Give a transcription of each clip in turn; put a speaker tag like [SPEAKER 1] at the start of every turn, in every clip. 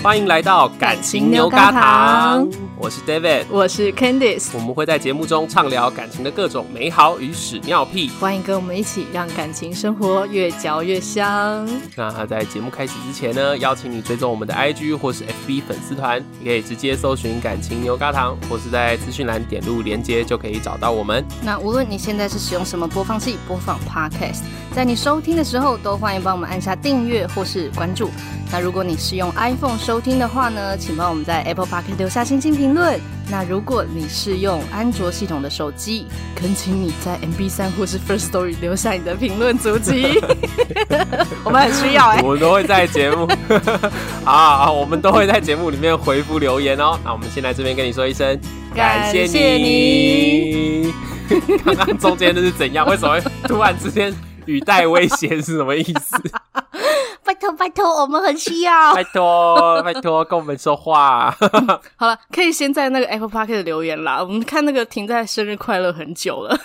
[SPEAKER 1] 欢迎来到感情牛轧糖，我是 David，
[SPEAKER 2] 我是 Candice，
[SPEAKER 1] 我们会在节目中畅聊感情的各种美好与屎尿屁，
[SPEAKER 2] 欢迎跟我们一起让感情生活越嚼越香。
[SPEAKER 1] 那在节目开始之前呢，邀请你追踪我们的 IG 或是 FB 粉丝团，你可以直接搜寻感情牛轧糖，或是在资讯栏点入连结就可以找到我们。
[SPEAKER 2] 那无论你现在是使用什么播放器播放 Podcast， 在你收听的时候都欢迎帮我们按下订阅或是关注。那如果你是用 iPhone 收听的话呢，请帮我们在 Apple Podcast 留下星星评论。那如果你是用安卓系统的手机，恳请你在 MB3 或是 First Story 留下你的评论足迹我们很需要
[SPEAKER 1] 我们都会在节目好，我们都会在节目里面回复留言哦。那我们先来这边跟你说一声感谢你。刚刚中间的是怎样？为什么会突然之间语带威胁是什么意思？
[SPEAKER 2] 拜托拜托，我们很需要。
[SPEAKER 1] 拜托拜托，跟我们说话。
[SPEAKER 2] 好了，可以先在那个 Apple Podcast 留言啦。我们看那个停在生日快乐很久了。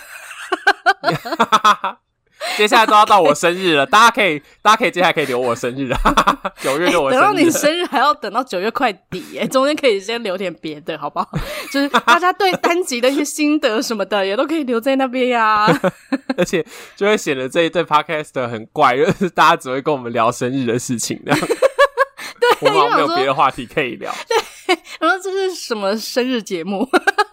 [SPEAKER 1] 接下来都要到我生日了，大家可以接下来可以留我生日啊，9月就我生日了。
[SPEAKER 2] 等到你生日还要等到9月快底耶，中间可以先留点别的，好不好？就是大家对单集的一些心得什么的，也都可以留在那边呀。
[SPEAKER 1] 而且就会显得这一对 podcast 很怪，就是大家只会跟我们聊生日的事情，这样。对，我们好像没有别的话题可以聊。
[SPEAKER 2] 对，然后这是什么生日节目？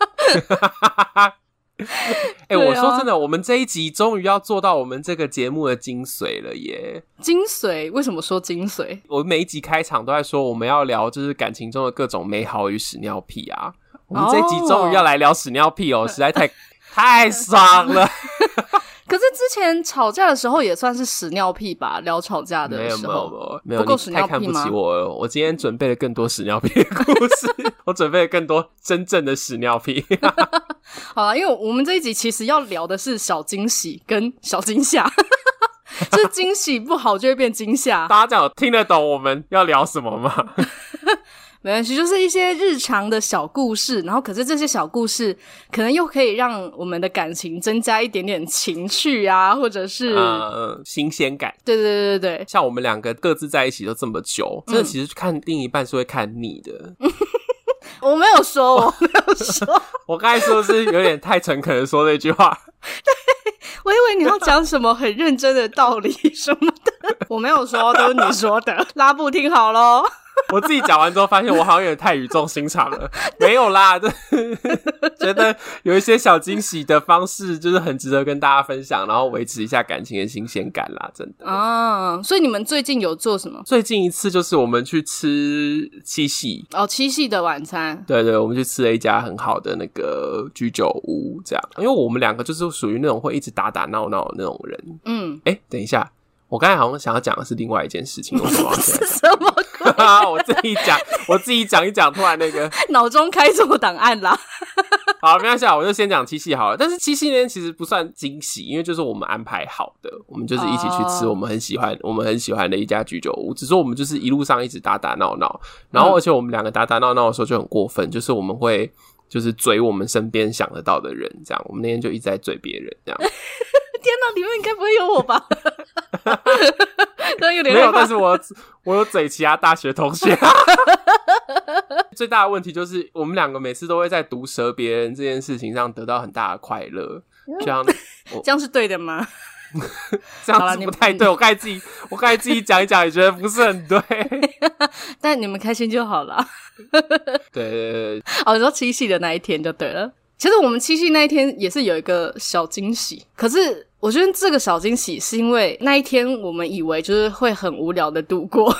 [SPEAKER 1] 我说真的，我们这一集终于要做到我们这个节目的精髓了耶！
[SPEAKER 2] 精髓？为什么说精髓？
[SPEAKER 1] 我每一集开场都在说我们要聊就是感情中的各种美好与屎尿屁啊。我们这一集终于要来聊屎尿屁哦，实在太爽了。
[SPEAKER 2] 可是之前吵架的时候也算是屎尿屁吧？聊吵架的时候
[SPEAKER 1] 没有，
[SPEAKER 2] 不够屎尿屁吗？
[SPEAKER 1] 你太看不起我了。我今天准备了更多屎尿屁的故事，我准备了更多真正的屎尿屁。
[SPEAKER 2] 好啦，因为我们这一集其实要聊的是小惊喜跟小惊吓。就是惊喜不好就会变惊吓。
[SPEAKER 1] 大家这样听得懂我们要聊什么吗？
[SPEAKER 2] 没关系，就是一些日常的小故事，然后可是这些小故事可能又可以让我们的感情增加一点点情趣啊，或者是
[SPEAKER 1] 新鲜感。
[SPEAKER 2] 对对对对对，
[SPEAKER 1] 像我们两个各自在一起都这么久，真的其实看另一半是会看腻的。
[SPEAKER 2] 我没有说，我没有说。
[SPEAKER 1] 我刚才说的是有点太诚恳的说这句话。
[SPEAKER 2] 对，我以为你要讲什么很认真的道理什么的。我没有说，都是你说的。拉布听好咯。
[SPEAKER 1] 我自己讲完之后发现我好像有点太语重心长了。没有啦，觉得有一些小惊喜的方式就是很值得跟大家分享，然后维持一下感情的新鲜感啦，真的。
[SPEAKER 2] 啊，所以你们最近有做什么？
[SPEAKER 1] 最近一次就是我们去吃七夕。
[SPEAKER 2] 七夕的晚餐。对
[SPEAKER 1] 对，我们去吃了一家很好的那个居酒屋，这样。因为我们两个就是属于那种会一直打打闹闹的那种人。等一下，我刚才好像想要讲的是另外一件事情。我什么鬼？我自己讲一讲，突然那个
[SPEAKER 2] 脑中开错档案啦。
[SPEAKER 1] 好，没关系，我就先讲七夕好了。但是七夕那天其实不算惊喜，因为就是我们安排好的，我们就是一起去吃我们很喜欢的一家居酒屋。只是我们就是一路上一直打打闹闹，然后而且我们两个打打闹闹的时候就很过分，就是我们会就是嘴我们身边想得到的人，这样。我们那天就一直在嘴别人，这样。
[SPEAKER 2] 天哪，里面应该不会有我吧？有点
[SPEAKER 1] 没有，但是我有嘴其他大学同学。最大的问题就是我们两个每次都会在毒舌别人这件事情上得到很大的快乐。这
[SPEAKER 2] 样是对的吗？
[SPEAKER 1] 这样子不太对。我刚才自己讲一讲也觉得不是很对。
[SPEAKER 2] 但你们开心就好了。
[SPEAKER 1] 对。
[SPEAKER 2] 你说七夕的那一天就对了。其实我们七夕那一天也是有一个小惊喜，可是我觉得这个小惊喜是因为那一天我们以为就是会很无聊的度过。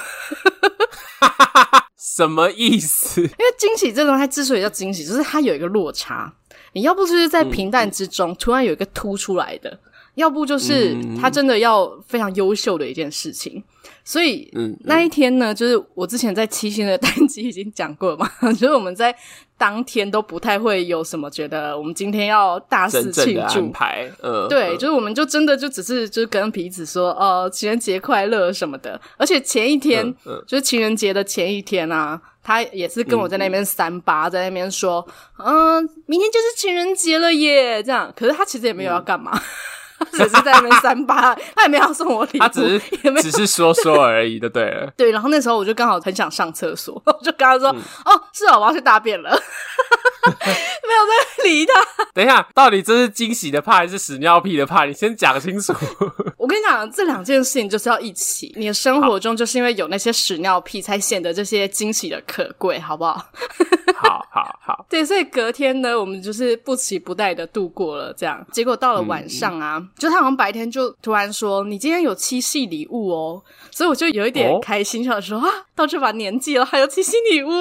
[SPEAKER 1] 什么意思？因
[SPEAKER 2] 为惊喜这种它之所以叫惊喜，就是它有一个落差，你要不就是在平淡之中突然有一个突出来的，要不就是它真的要非常优秀的一件事情。所以那一天呢，就是我之前在七星的单集已经讲过嘛，就是我们在当天都不太会有什么觉得我们今天要大肆庆祝
[SPEAKER 1] 真正的安排。
[SPEAKER 2] 对，就是我们就真的就只是就是跟彼此说情人节快乐什么的。而且前一天就是情人节的前一天啊，他也是跟我在那边3-8，在那边说明天就是情人节了耶这样。可是他其实也没有要干嘛。 只是在那边三八，他也没有要送我礼物，
[SPEAKER 1] 他只是说而已就对了。
[SPEAKER 2] 对，然后那时候我就刚好很想上厕所，我就跟他说哦是哦，我要去大便了。没有在理他。
[SPEAKER 1] 等一下，到底这是惊喜的怕还是屎尿屁的怕？你先讲清楚。
[SPEAKER 2] 我跟你讲，这两件事情就是要一起。你的生活中就是因为有那些屎尿屁，才显得这些惊喜的可贵，好不好？
[SPEAKER 1] 好。
[SPEAKER 2] 对，所以隔天呢，我们就是不期不待的度过了这样。结果到了晚上啊，就他好像白天就突然说：“你今天有七夕礼物哦。”所以我就有一点开心，想说啊，到这把年纪了还有七夕礼物。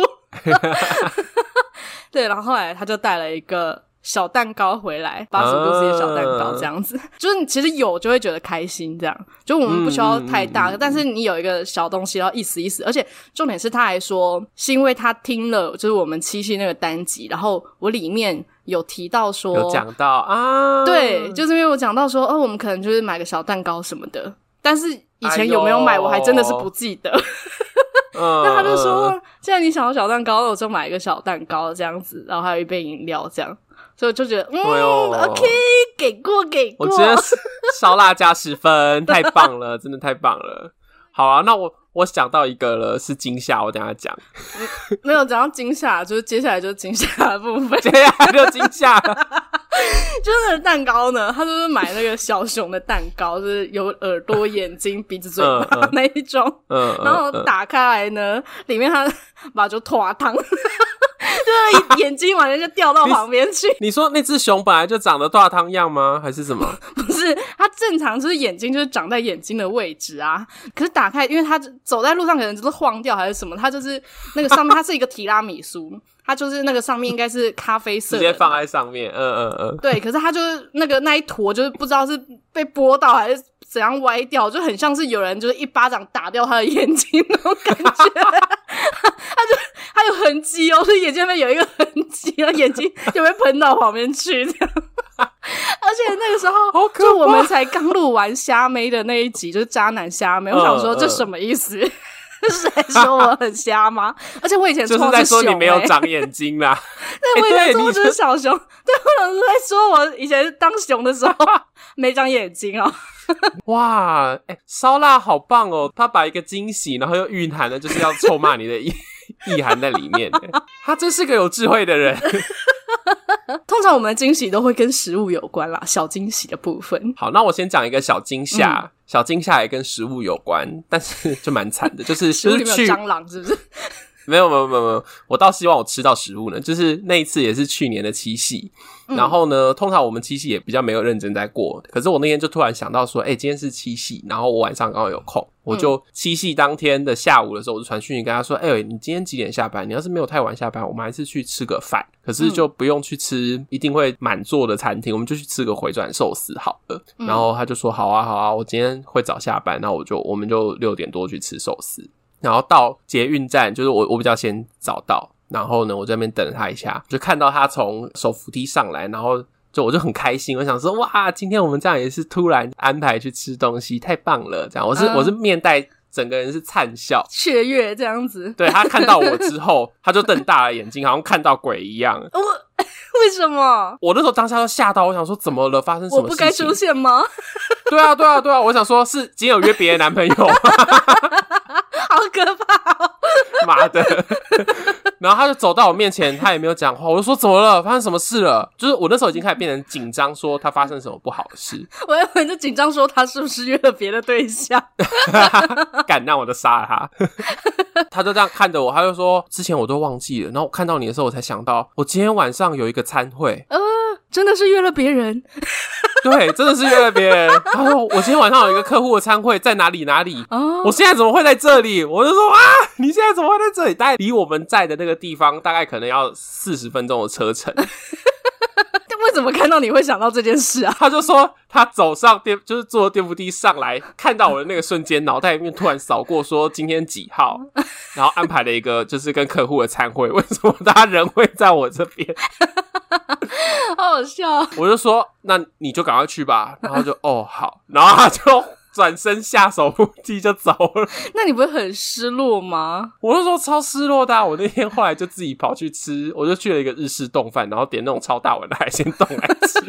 [SPEAKER 2] 对，然后后来他就带了一个小蛋糕回来，85°C的小蛋糕这样子，就是其实有就会觉得开心这样，就我们不需要太大，但是你有一个小东西要意思意思，而且重点是他还说是因为他听了就是我们七夕那个单集，然后我里面有提到说
[SPEAKER 1] 有讲到啊，
[SPEAKER 2] 对，就是因为我讲到说我们可能就是买个小蛋糕什么的，但是以前有没有买我还真的是不记得。那他就说既然你想要小蛋糕，我就买一个小蛋糕这样子，然后还有一杯饮料这样，所以我就觉得OK 给过
[SPEAKER 1] 我觉得烧腊加10分太棒了，真的太棒了。好啊，那我想到一个了，是惊吓，我等一下讲。
[SPEAKER 2] 没有讲到惊吓，就是接下来就是惊吓的部分。
[SPEAKER 1] 接下来就惊吓了。
[SPEAKER 2] 就是那个蛋糕呢，他就是买那个小熊的蛋糕，就是有耳朵、眼睛、鼻子、嘴巴那一种。然后打开来呢，里面他把就拖汤，就是眼睛完全就掉到旁边去。
[SPEAKER 1] 你说那只熊本来就长得大汤样吗？还是什么？
[SPEAKER 2] 不是，它正常就是眼睛就是长在眼睛的位置啊。可是打开，因为它走在路上可能就是晃掉还是什么，它就是那个上面它是一个提拉米苏。它就是那个上面应该是咖啡色的，
[SPEAKER 1] 直接放在上面，
[SPEAKER 2] 对，可是它就是那一坨，就是不知道是被拨到还是怎样歪掉，就很像是有人就是一巴掌打掉他的眼睛那种感觉。它有痕迹哦，是眼睛那边有一个痕迹，然后眼睛就被喷到旁边去这样。而且那个时候就我们才刚录完虾妹的那一集，就是渣男虾妹，我想说这什么意思？是在说我很瞎吗？而且我以前
[SPEAKER 1] 就是在说你没有长眼睛啦。
[SPEAKER 2] 对，我以前说就是小熊。对，我想是在说我以前当熊的时候没长眼睛哦。
[SPEAKER 1] 哇，烧腊好棒哦！他把一个惊喜，然后又蕴含了就是要臭骂你的意涵在里面。他真是个有智慧的人。
[SPEAKER 2] 通常我们的惊喜都会跟食物有关啦，小惊喜的部分。
[SPEAKER 1] 好，那我先讲一个小惊吓。小惊吓也跟食物有关，但是就蛮惨的，就是
[SPEAKER 2] 食物里面有蟑螂是不是？
[SPEAKER 1] 没有，我倒希望我吃到食物呢。就是那一次也是去年的七夕，然后呢，通常我们七夕也比较没有认真在过，可是我那天就突然想到说，今天是七夕，然后我晚上刚好有空，我就七夕当天的下午的时候，我就传讯息跟他说，你今天几点下班？你要是没有太晚下班，我们还是去吃个饭，可是就不用去吃一定会满座的餐厅，我们就去吃个回转寿司好了。然后他就说好啊，我今天会早下班，那我们就6点多去吃寿司。然后到捷运站，就是我比较先早到，然后呢我在那边等了他一下，就看到他从手扶梯上来，然后我就很开心，我想说哇，今天我们这样也是突然安排去吃东西，太棒了，这样我是面带整个人是灿笑
[SPEAKER 2] 雀跃这样子。
[SPEAKER 1] 对，他看到我之后他就瞪大了眼睛，好像看到鬼一样。
[SPEAKER 2] 为什么？
[SPEAKER 1] 我那时候当下都吓到，我想说怎么了，发生什么事情？
[SPEAKER 2] 我不该出现吗？
[SPEAKER 1] 对啊，我想说是今天有约别的男朋友。
[SPEAKER 2] 好可怕哦！
[SPEAKER 1] 妈的！然后他就走到我面前，他也没有讲话。我就说怎么了？发生什么事了？就是我那时候已经开始变成紧张，说他发生什么不好的事。
[SPEAKER 2] 我以为就紧张说他是不是约了别的对象？
[SPEAKER 1] 敢让我就杀了他。他就这样看着我，他就说之前我都忘记了，然后我看到你的时候我才想到，我今天晚上有一个餐会。
[SPEAKER 2] 真的是约了别人。
[SPEAKER 1] 对，真的是约了别人。他说我今天晚上有一个客户的餐会，在哪里我现在怎么会在这里？我就说啊，你现在怎么会在这里？大概离我们在的那个地方大概可能要40分钟的车程。
[SPEAKER 2] 为什么看到你会想到这件事啊？
[SPEAKER 1] 他就说他走上就是坐电扶梯上来，看到我的那个瞬间，脑袋里面突然扫过说今天几号，然后安排了一个就是跟客户的餐会，为什么他人会在我这边？
[SPEAKER 2] 好好笑。
[SPEAKER 1] 我就说那你就赶快去吧，然后就好，然后他就转身下手扶梯就走了。
[SPEAKER 2] 那你不会很失落吗？
[SPEAKER 1] 我那时候超失落的啊。我那天后来就自己跑去吃，我就去了一个日式冻饭，然后点那种超大碗的海鲜冻来吃。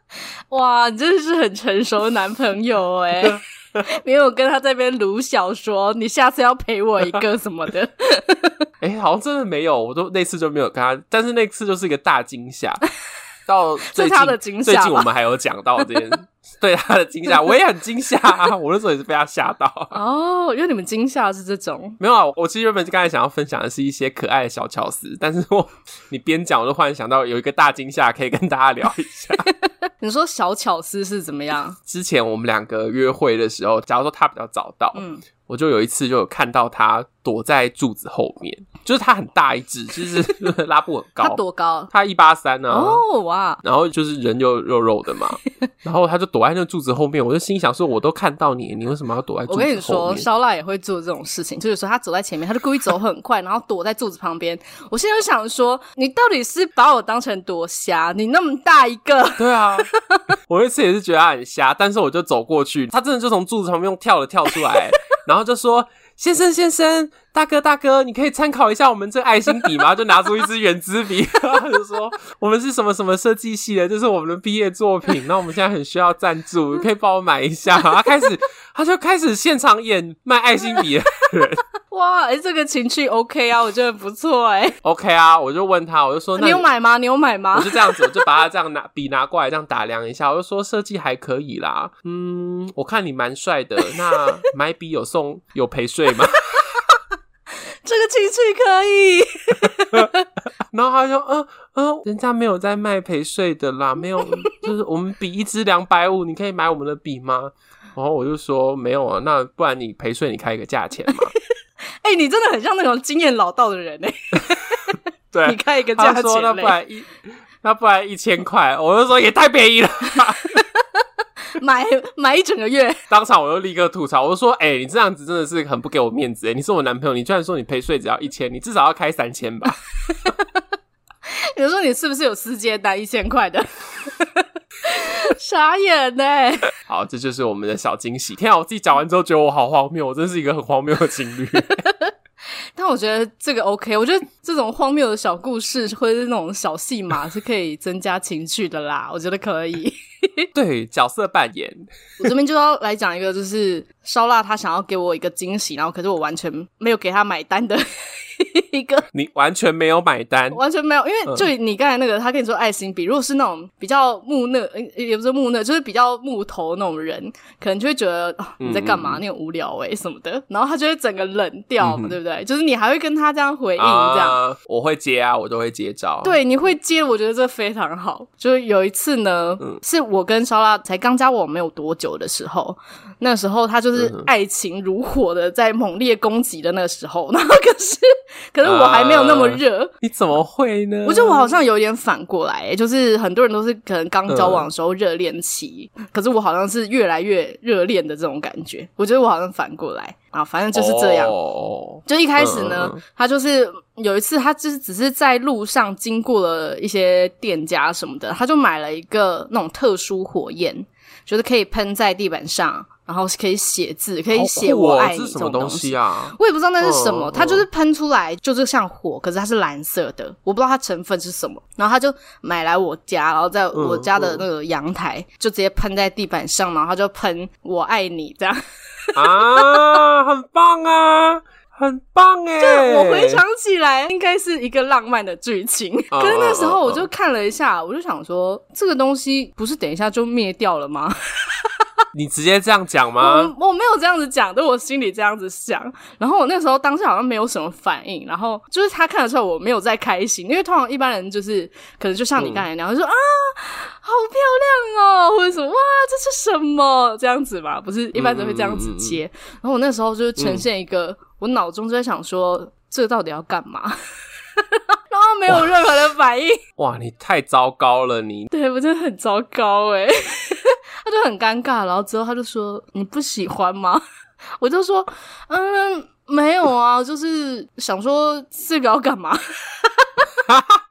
[SPEAKER 2] 哇，你真的是很成熟的男朋友没有跟他在那边鲁小说你下次要陪我一个什么的
[SPEAKER 1] 好像真的没有，我都那次就没有跟他，但是那次就是一个大惊吓。到最近，
[SPEAKER 2] 是他的惊吓吧，
[SPEAKER 1] 最近我们还有讲到这件对他的惊吓，我也很惊吓啊！我那时候也是被他吓到。
[SPEAKER 2] 哦，因为你们惊吓是这种。
[SPEAKER 1] 没有啊，我其实原本刚才想要分享的是一些可爱的小巧思，但是你边讲我就忽然想到有一个大惊吓可以跟大家聊一下。
[SPEAKER 2] 你说小巧思是怎么样？
[SPEAKER 1] 之前我们两个约会的时候，假如说他比较早到，我就有一次就有看到他躲在柱子后面，就是他很大一只，就是拉布很高。
[SPEAKER 2] 他多高？
[SPEAKER 1] 他183啊。
[SPEAKER 2] 哦，哇！
[SPEAKER 1] 然后就是人又肉肉的嘛，然后他就躲在那个柱子后面，我就心想说，我都看到你，你为什么要躲在柱子后面？
[SPEAKER 2] 我跟你说，烧腊也会做这种事情，就是说他走在前面，他就故意走很快，然后躲在柱子旁边。我现在就想说，你到底是把我当成多瞎？你那么大一个。
[SPEAKER 1] 对啊，我那次也是觉得他很瞎，但是我就走过去，他真的就从柱子旁边跳出来，然后就说：“先生，大哥，你可以参考一下我们这爱心笔吗？”就拿出一支圆珠笔，然后就说：“我们是什么什么设计系的，这是我们的毕业作品，那我们现在很需要赞助，你可以帮我买一下。”他就开始现场演卖爱心笔的人。
[SPEAKER 2] 哇，这个情趣 OK 啊，我觉得不错
[SPEAKER 1] OK 啊，我就问他，我就说
[SPEAKER 2] 你有买吗？我
[SPEAKER 1] 就这样子，我就把他这样笔拿过来，这样打量一下，我就说设计还可以啦。我看你蛮帅的，那买笔有陪睡吗？
[SPEAKER 2] 这个情趣可以。
[SPEAKER 1] 然后他就人家没有在卖陪睡的啦，没有，就是我们笔一支250，你可以买我们的笔吗？然后我就说没有啊，那不然你陪睡你开一个价钱嘛。
[SPEAKER 2] 你真的很像那种经验老道的人
[SPEAKER 1] 对，
[SPEAKER 2] 你开一个价钱
[SPEAKER 1] 他说那不然1000块，我就说也太便宜了吧。
[SPEAKER 2] 买一整个月。
[SPEAKER 1] 当场我就立刻吐槽，我就说你这样子真的是很不给我面子你是我男朋友，你居然说你陪睡只要1000，你至少要开3000吧。
[SPEAKER 2] 你说你是不是有私接单1000块的？傻眼
[SPEAKER 1] 好，这就是我们的小惊喜。天啊，我自己讲完之后觉得我好荒谬，我真是一个很荒谬的情侣。
[SPEAKER 2] 但我觉得这个 OK， 我觉得这种荒谬的小故事或者是那种小戏码是可以增加情趣的啦，我觉得可以。
[SPEAKER 1] 对，角色扮演。
[SPEAKER 2] 我这边就要来讲一个，就是烧腊他想要给我一个惊喜，然后可是我完全没有给他买单的一个。
[SPEAKER 1] 你完全没有买单？
[SPEAKER 2] 完全没有，因为就你刚才那个他跟你说爱心笔，如果是那种比较木讷，也不是木讷，就是比较木头那种人，可能就会觉得你在干嘛，你很无聊什么的，然后他就会整个冷掉嘛，对不对？就是你还会跟他这样回应这样。
[SPEAKER 1] 我会接啊，我都会接招。
[SPEAKER 2] 对，你会接，我觉得这非常好。就是有一次呢，是我跟烧腊才刚交往没有多久的时候，那时候他就是爱情如火的在猛烈攻击的那个时候，然后可是我还没有那么热。
[SPEAKER 1] 你怎么会呢？
[SPEAKER 2] 我觉得我好像有点反过来就是很多人都是可能刚交往的时候热恋期，可是我好像是越来越热恋的这种感觉。我觉得我好像反过来啊，反正就是这样。就一开始呢，他就是有一次他就是只是在路上经过了一些店家什么的，他就买了一个那种特殊火焰，就是可以喷在地板上，然后可以写字，可以写我爱你这种东西
[SPEAKER 1] 啊。
[SPEAKER 2] 我也不知道那是什么，它就是喷出来就是像火，可是它是蓝色的，我不知道它成分是什么。然后他就买来我家，然后在我家的那个阳台就直接喷在地板上，然后他就喷我爱你这样。
[SPEAKER 1] 啊，很棒啊，很棒耶！
[SPEAKER 2] 就我回想起来应该是一个浪漫的剧情，可是那时候我就看了一下，我就想说这个东西不是等一下就灭掉了吗？
[SPEAKER 1] 你直接这样讲吗？
[SPEAKER 2] 我没有这样子讲，但我心里这样子想。然后我那时候当时好像没有什么反应，然后就是他看得出来我没有在开心，因为通常一般人就是可能就像你刚才那样，就说啊好漂亮哦，或者什么哇这是什么这样子嘛，不是一般人会这样子接。然后我那时候就呈现一个我脑中就在想说这到底要干嘛？然后没有任何的反应。
[SPEAKER 1] 哇，你太糟糕了你。
[SPEAKER 2] 对，我真的很糟糕他就很尴尬，然后之后他就说你不喜欢吗？我就说没有啊，就是想说这个要干嘛。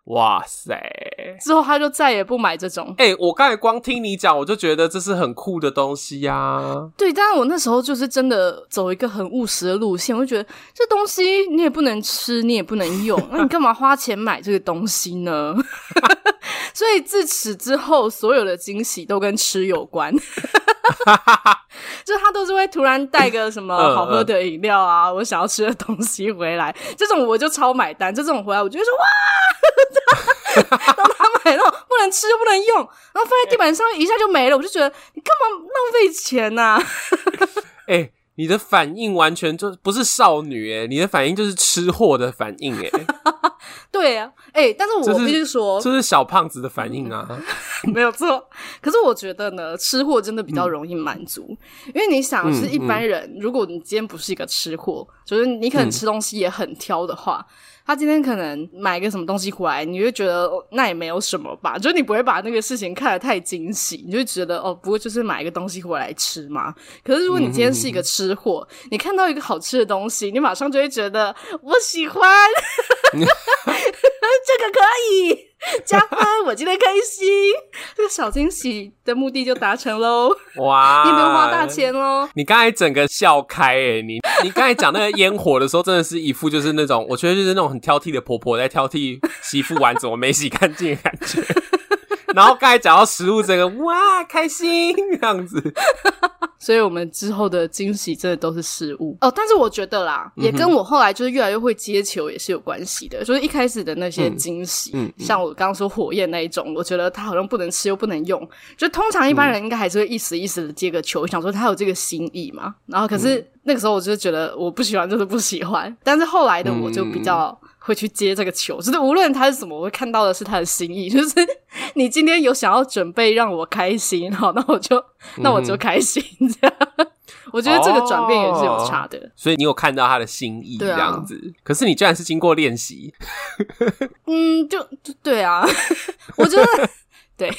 [SPEAKER 1] 哇塞！
[SPEAKER 2] 之后他就再也不买这种。
[SPEAKER 1] 我刚才光听你讲，我就觉得这是很酷的东西啊。
[SPEAKER 2] 对，但是我那时候就是真的走一个很务实的路线，我就觉得这东西你也不能吃，你也不能用，那你干嘛花钱买这个东西呢？所以自此之后，所有的惊喜都跟吃有关。就是他都是会突然带个什么好喝的饮料啊，我想要吃的东西回来，这种我就超买单。这种回来我就会说哇，然后他买那种不能吃又不能用，然后放在地板上一下就没了，我就觉得你干嘛浪费钱啊？
[SPEAKER 1] 你的反应完全就不是少女你的反应就是吃货的反应
[SPEAKER 2] 对啊，但是我必须说，
[SPEAKER 1] 这是小胖子的反应啊，
[SPEAKER 2] 没有错。可是我觉得呢，吃货真的比较容易满足，因为你想是一般人，如果你今天不是一个吃货，就是你可能吃东西也很挑的话。他今天可能买个什么东西回来，你就觉得那也没有什么吧，就是你不会把那个事情看得太惊喜，你就觉得不过就是买一个东西回来吃嘛。可是如果你今天是一个吃货，你看到一个好吃的东西，你马上就会觉得我喜欢这个可以加分，我今天开心，这个小惊喜的目的就达成咯。
[SPEAKER 1] 哇，
[SPEAKER 2] 你不用花大钱咯。
[SPEAKER 1] 你刚才整个笑开你刚才讲那个烟火的时候真的是一副就是那种我觉得就是那种很挑剔的婆婆在挑剔媳妇碗怎么没洗干净的感觉。然后刚才讲到食物，整个哇开心这样子。
[SPEAKER 2] 所以我们之后的惊喜真的都是食物但是我觉得啦，也跟我后来就是越来越会接球也是有关系的。就是一开始的那些惊喜像我刚刚说火焰那一种，我觉得它好像不能吃又不能用，就通常一般人应该还是会一时一时的接个球，想说他有这个心意嘛。然后可是那个时候我就觉得我不喜欢就是不喜欢，但是后来的我就比较会去接这个球，就是无论他是什么，我会看到的是他的心意，就是你今天有想要准备让我开心，好，那我就开心这样。我觉得这个转变也是有差的
[SPEAKER 1] 所以你有看到他的心意这样子可是你居然是经过练习
[SPEAKER 2] 就对啊我觉得对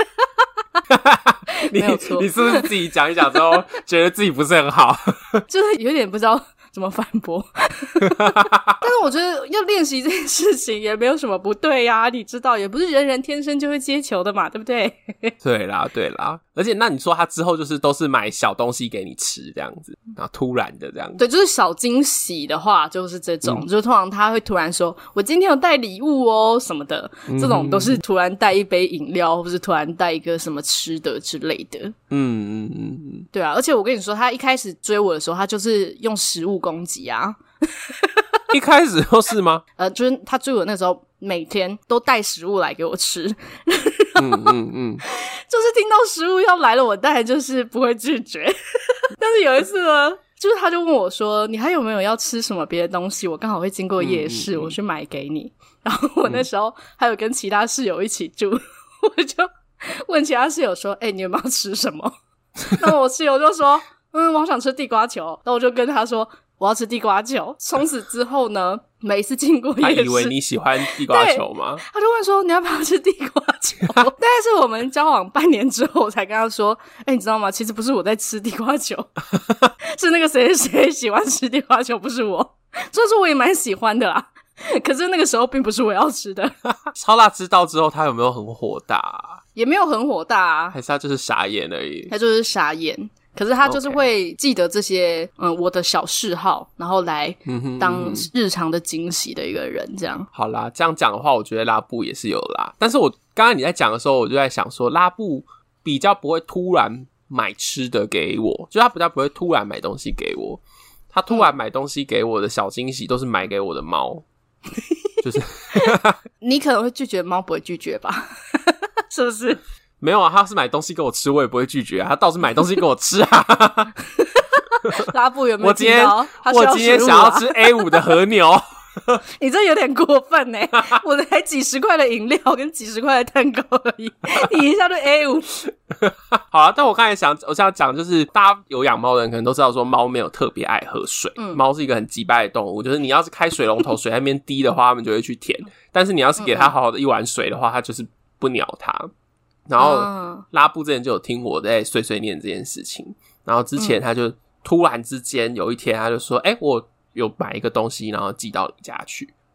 [SPEAKER 2] 没有错
[SPEAKER 1] 你是不是自己讲一讲之后觉得自己不是很好
[SPEAKER 2] 就是有点不知道怎么反驳但是我觉得要练习这件事情也没有什么不对啊，你知道也不是人人天生就会接球的嘛，对不对
[SPEAKER 1] 对啦对啦，而且那你说他之后就是都是买小东西给你吃这样子，然后突然的这样子，
[SPEAKER 2] 对，就是小惊喜的话就是这种就通常他会突然说我今天有带礼物什么的，这种都是突然带一杯饮料或是突然带一个什么吃的之类的对啊，而且我跟你说他一开始追我的时候他就是用食物攻击啊
[SPEAKER 1] 一开始就是吗
[SPEAKER 2] 就是他追我那时候每天都带食物来给我吃就是听到食物要来了我当然就是不会拒绝但是有一次呢就是他就问我说你还有没有要吃什么别的东西，我刚好会经过夜市我去买给你，然后我那时候还有跟其他室友一起住我就问其他室友说你有没有吃什么那我室友就说我好想吃地瓜球，那我就跟他说我要吃地瓜球。从此之后呢每一次经过夜市，
[SPEAKER 1] 他以为你喜欢地瓜球吗？
[SPEAKER 2] 他就问说你要不要吃地瓜球大概是我们交往半年之后我才跟他说你知道吗，其实不是我在吃地瓜球是那个谁谁喜欢吃地瓜球，不是我。所以说我也蛮喜欢的啦，可是那个时候并不是我要吃的
[SPEAKER 1] 超辣知道之后他有没有很火大
[SPEAKER 2] 也没有很火大
[SPEAKER 1] 还是他就是傻眼而已？
[SPEAKER 2] 他就是傻眼，可是他就是会记得这些我的小嗜好，然后来当日常的惊喜的一个人这样
[SPEAKER 1] 好啦，这样讲的话我觉得拉布也是有啦，但是我刚刚你在讲的时候我就在想说拉布比较不会突然买吃的给我，就他比较不会突然买东西给我，他突然买东西给我的小惊喜都是买给我的猫就是
[SPEAKER 2] 你可能会拒绝，猫不会拒绝吧是不是？
[SPEAKER 1] 没有啊，他是买东西给我吃我也不会拒绝他倒是买东西给我吃啊
[SPEAKER 2] 拉布有没有听到
[SPEAKER 1] 我今天想要吃 A5 的和牛
[SPEAKER 2] 你这有点过分我才几十块的饮料跟几十块的蛋糕而已你一下就 A5
[SPEAKER 1] 好啦，但我刚才我想讲就是大家有养猫的人可能都知道说猫没有特别爱喝水猫是一个很急掰的动物，就是你要是开水龙头水在那边滴的话它们就会去舔，但是你要是给它好好的一碗水的话它就是不鸟它。然后拉布之前就有听我在碎碎念这件事情，然后之前他就突然之间有一天他就说我有买一个东西然后寄到你家去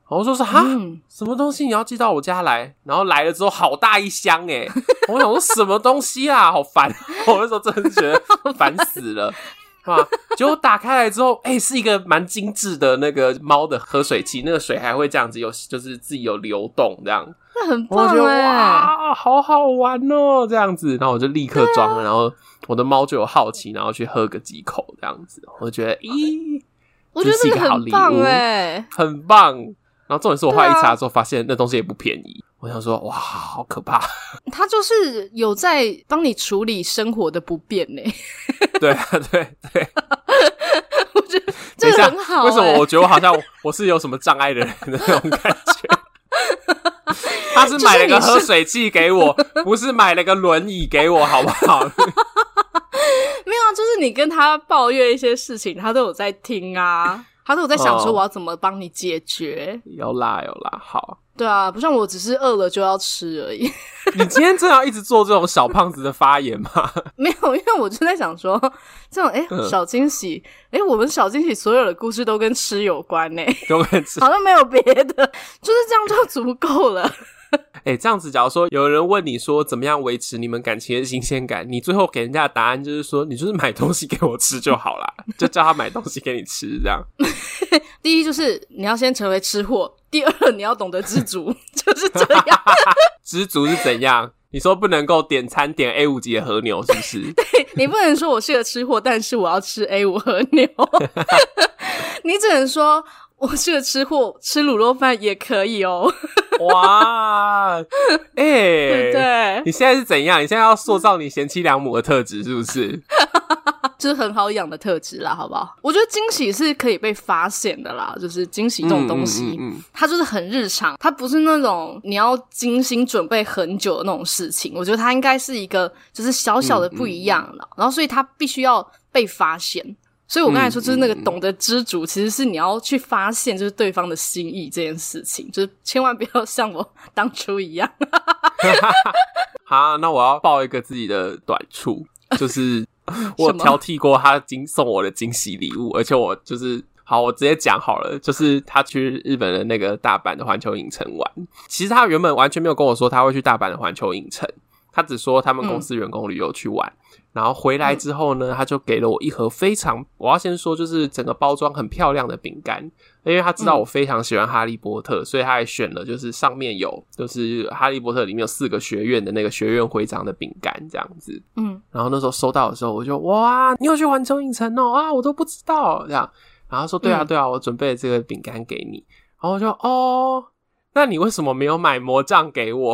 [SPEAKER 1] 我说哈，什么东西你要寄到我家来？然后来了之后好大一箱欸，我想说什么东西啊，好烦！我那时候真的觉得烦死了。结果打开来之后，是一个蛮精致的那个猫的喝水器，那个水还会这样子就是自己有流动这样，
[SPEAKER 2] 那很棒
[SPEAKER 1] 我觉得哇，好好玩哦，这样子，然后我就立刻装了，然后我的猫就有好奇，然后去喝个几口这样子，我觉得
[SPEAKER 2] 我觉得那个很棒
[SPEAKER 1] 很棒。然后重点是我后来一查之后发现那东西也不便宜，我想说哇，好可怕。
[SPEAKER 2] 他就是有在帮你处理生活的不便欸。
[SPEAKER 1] 对啊，对。
[SPEAKER 2] 我觉得这个很好。
[SPEAKER 1] 为什么我觉得我好像我是有什么障碍的人的那种感觉？他是买了个喝水器给我，不是买了个轮椅给我，好不好？
[SPEAKER 2] 没有啊，就是你跟他抱怨一些事情，他都有在听啊。他都有在想说我要怎么帮你解决。
[SPEAKER 1] 有啦，好。
[SPEAKER 2] 对啊，不像我只是饿了就要吃而已。
[SPEAKER 1] 你今天真的要一直做这种小胖子的发言吗？
[SPEAKER 2] 没有，因为我就在想说这种小惊喜，我们小惊喜所有的故事都跟吃有关
[SPEAKER 1] 都跟吃，
[SPEAKER 2] 好像没有别的，就是这样就足够了。
[SPEAKER 1] 这样子假如说有人问你说怎么样维持你们感情的新鲜感，你最后给人家的答案就是说你就是买东西给我吃就好啦，就叫他买东西给你吃这样。
[SPEAKER 2] 第一就是你要先成为吃货，第二你要懂得知足，就是这样。
[SPEAKER 1] 知足是怎样？你说不能够点餐点 A5 级的和牛是不是？
[SPEAKER 2] 对，你不能说我是个吃货，但是我要吃 A5 和牛。你只能说我是个吃货，吃卤肉饭也可以哦。
[SPEAKER 1] 哇，
[SPEAKER 2] 对不对？
[SPEAKER 1] 你现在是怎样？你现在要塑造你贤妻良母的特质是不是？
[SPEAKER 2] 就是很好养的特质啦，好不好？我觉得惊喜是可以被发现的啦，就是惊喜这种东西，它就是很日常，它不是那种你要精心准备很久的那种事情。我觉得它应该是一个就是小小的不一样啦，然后所以它必须要被发现。所以我刚才说就是那个懂得知足，其实是你要去发现就是对方的心意这件事情，就是千万不要像我当初一样。
[SPEAKER 1] 好，那我要爆一个自己的短处，就是我有挑剔过他送我的惊喜礼物，而且我就是好，我直接讲好了，就是他去日本的那个大阪的环球影城玩。其实他原本完全没有跟我说他会去大阪的环球影城，他只说他们公司员工旅游去玩。然后回来之后呢，他就给了我一盒非常，我要先说就是整个包装很漂亮的饼干，因为他知道我非常喜欢哈利波特，所以他还选了就是上面有就是哈利波特里面有4个学院的那个学院徽章的饼干这样子。然后那时候收到的时候我就哇，你有去环球影城哦啊，我都不知道这样。然后他说对啊，我准备了这个饼干给你。然后我就那你为什么没有买魔杖给我？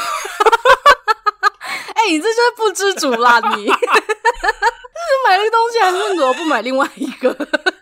[SPEAKER 2] 你这就是不知足啦你。就是买了个东西还是你怎么不买另外一个？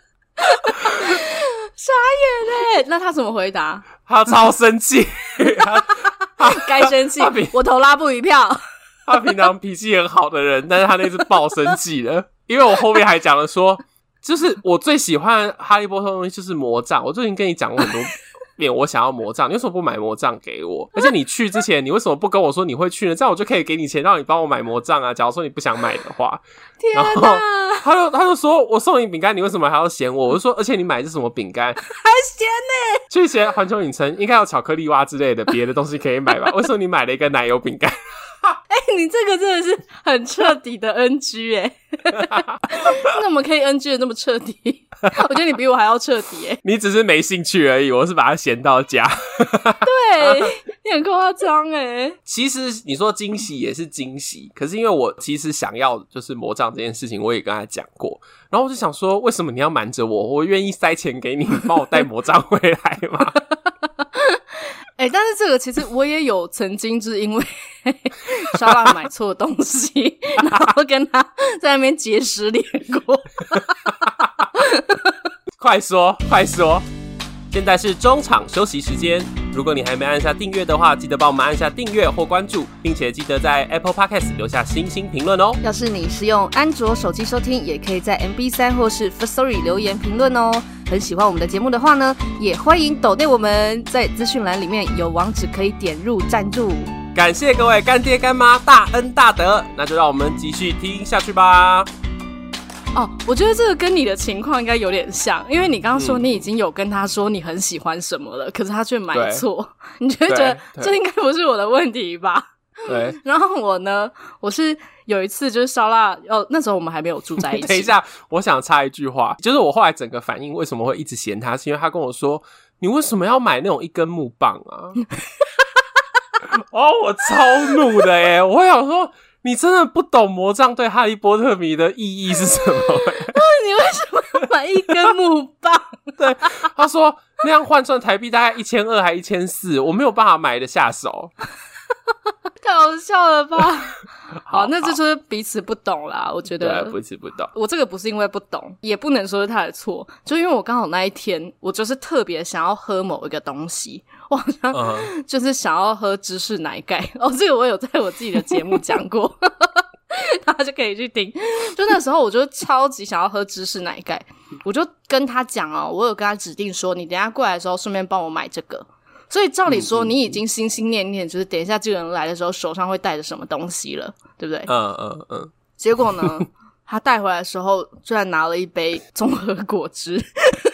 [SPEAKER 2] 傻眼那他怎么回答？
[SPEAKER 1] 他超生气。
[SPEAKER 2] 该生气，我投拉布一票。
[SPEAKER 1] 他平常脾气很好的人，但是他那次爆生气了。因为我后面还讲了说，就是我最喜欢哈利波特的东西就是魔杖，我最近跟你讲过很多遍我想要魔杖，你为什么不买魔杖给我？而且你去之前你为什么不跟我说你会去呢？这样我就可以给你钱让你帮我买魔杖啊，假如说你不想买的话。
[SPEAKER 2] 天哪，
[SPEAKER 1] 然后他就说我送你饼干你为什么还要嫌我？我就说而且你买的是什么饼干还
[SPEAKER 2] 嫌呢？
[SPEAKER 1] 去嫌环球影城应该有巧克力蛙之类的别的东西可以买吧？为什么你买了一个奶油饼干？
[SPEAKER 2] 你这个真的是很彻底的 NG 那我们可以 NG 的那么彻底？我觉得你比我还要彻底
[SPEAKER 1] 你只是没兴趣而已，我是把它嫌到家。
[SPEAKER 2] 对，你很夸张
[SPEAKER 1] 其实你说惊喜也是惊喜，可是因为我其实想要就是魔杖这件事情我也跟他讲过，然后我就想说为什么你要瞒着我？我愿意塞钱给你帮我带魔杖回来吗？
[SPEAKER 2] 但是这个其实我也有曾经就是因为莎拉买错东西然后跟他在那边结识脸过。
[SPEAKER 1] 快说现在是中场休息时间，如果你还没按下订阅的话，记得帮我们按下订阅或关注，并且记得在 Apple Podcast 留下星星评论哦。
[SPEAKER 2] 要是你是用安卓手机收听，也可以在 MB3 或是 Firstory 留言评论哦。很喜欢我们的节目的话呢，也欢迎抖内我们，在资讯栏里面有网址可以点入赞助。
[SPEAKER 1] 感谢各位干爹干妈大恩大德，那就让我们继续听下去吧。
[SPEAKER 2] 哦，我觉得这个跟你的情况应该有点像，因为你刚刚说你已经有跟他说你很喜欢什么了，可是他却买错，你就会觉得这应该不是我的问题吧？
[SPEAKER 1] 对。
[SPEAKER 2] 然后我呢，我是有一次就是烧腊，那时候我们还没有住在一起。
[SPEAKER 1] 等一下，我想插一句话，就是我后来整个反应为什么会一直嫌他，是因为他跟我说：“你为什么要买那种一根木棒啊？”哦，我超怒的耶！我想说，你真的不懂魔杖对哈利波特迷的意义是什么？
[SPEAKER 2] 你为什么要买一根木棒？
[SPEAKER 1] 对，他说那样换算台币大概1200还1400，我没有办法买的下手。
[SPEAKER 2] 太好笑了吧？好，那这就是彼此不懂啦。我觉得
[SPEAKER 1] 对，彼此不懂。
[SPEAKER 2] 我这个不是因为不懂，也不能说是他的错，就因为我刚好那一天，我就是特别想要喝某一个东西，我好像就是想要喝芝士奶盖。哦，这个我有在我自己的节目讲过，大家就可以去听。就那时候，我就超级想要喝芝士奶盖，我就跟他讲哦，我有跟他指定说，你等一下过来的时候，顺便帮我买这个。所以照理说你已经心心念念就是等一下这个人来的时候手上会带着什么东西了，对不对？结果呢他带回来的时候居然拿了一杯综合果汁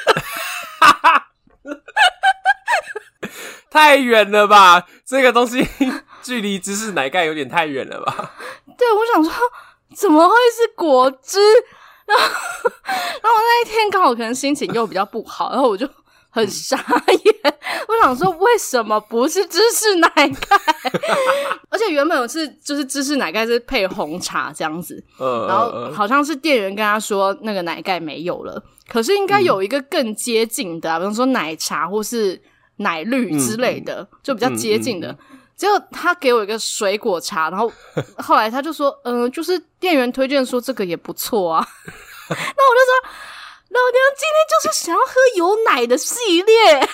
[SPEAKER 1] 太远了吧，这个东西距离芝士奶盖有点太远了吧。
[SPEAKER 2] 对，我想说怎么会是果汁，然后那一天刚好可能心情又比较不好，然后我就很傻眼，我想说为什么不是芝士奶盖？而且原本就是芝士奶盖是配红茶这样子，然后好像是店员跟他说那个奶盖没有了，可是应该有一个更接近的比方说奶茶或是奶绿之类的，就比较接近的。结果他给我一个水果茶，然后后来他就说就是店员推荐说这个也不错啊。那我就说老娘今天就是想要喝有奶的系列。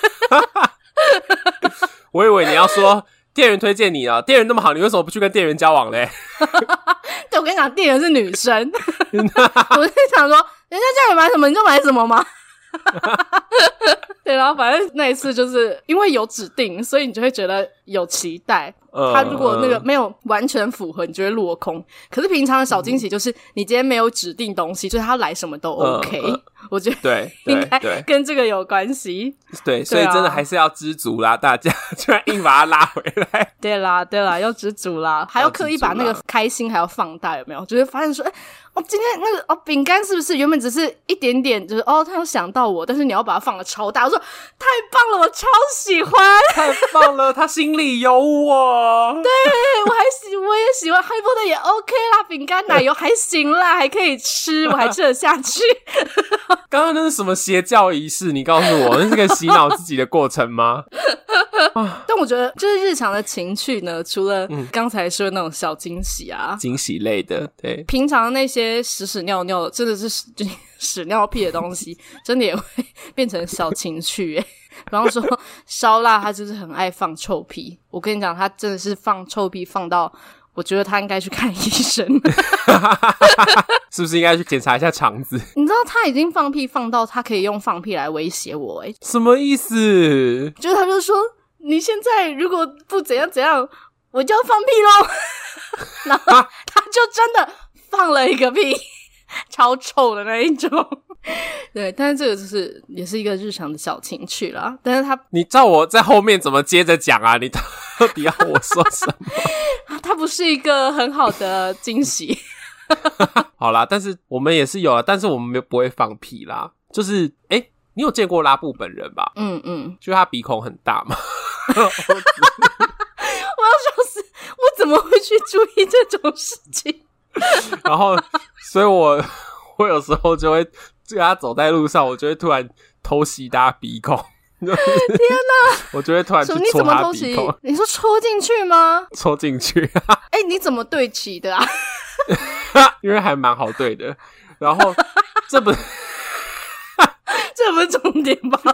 [SPEAKER 1] 我以为你要说店员推荐你啊，店员那么好，你为什么不去跟店员交往嘞？
[SPEAKER 2] 对，我跟你讲，店员是女生。我就想说，人家叫你买什么你就买什么吗？对，然后反正那一次就是因为有指定，所以你就会觉得有期待。他如果那个没有完全符合，你就会落空。可是平常的小惊喜就是你今天没有指定东西，就是他来什么都 OK。我觉得
[SPEAKER 1] 对，
[SPEAKER 2] 应该跟这个有关系。
[SPEAKER 1] 对，所以真的还是要知足啦，大家居然硬把他拉回来。
[SPEAKER 2] 对啦，要知足啦，还要刻意把那个开心还要放大，有没有？就是发现说，今天那个饼干是不是原本只是一点点，就是他有想到我，但是你要把它放得超大。我说太棒了，我超喜欢，
[SPEAKER 1] 太棒了，他心里有我。
[SPEAKER 2] 对，我也喜欢哈利波特也 OK 啦，饼干奶油还行啦，还可以吃，我还吃得下去。
[SPEAKER 1] 刚刚那是什么邪教仪式？你告诉我，那是个洗脑自己的过程吗？
[SPEAKER 2] 但我觉得就是日常的情趣呢，除了刚才说的那种小惊喜啊，
[SPEAKER 1] 惊喜类的，对，
[SPEAKER 2] 平常那些屎尿尿真的是屎尿屁的东西，真的也会变成小情趣耶。比方说烧腊他就是很爱放臭屁，我跟你讲他真的是放臭屁放到我觉得他应该去看医生。
[SPEAKER 1] 是不是应该去检查一下肠子？
[SPEAKER 2] 你知道他已经放屁放到他可以用放屁来威胁我耶。
[SPEAKER 1] 什么意思？
[SPEAKER 2] 就是他就说你现在如果不怎样怎样我就要放屁咯。然后他就真的放了一个屁，超臭的那一种。对，但是这个就是也是一个日常的小情趣啦。但是
[SPEAKER 1] 你照我在后面怎么接着讲啊？你到底要我说什么？
[SPEAKER 2] 它不是一个很好的惊喜。
[SPEAKER 1] 好啦，但是我们也是有啦，但是我们不会放屁啦。就是你有见过拉布本人吧？就他鼻孔很大嘛。我要笑
[SPEAKER 2] 死，我怎么会去注意这种事情？
[SPEAKER 1] 然后所以我有时候就会跟他走在路上，我就会突然偷袭他鼻孔。天
[SPEAKER 2] 哪！
[SPEAKER 1] 我就会突然去戳他鼻孔。
[SPEAKER 2] 你说戳进去吗？
[SPEAKER 1] 戳进去。
[SPEAKER 2] 你怎么对齐的啊？
[SPEAKER 1] 因为还蛮好对的。然后这不
[SPEAKER 2] 是重点吧？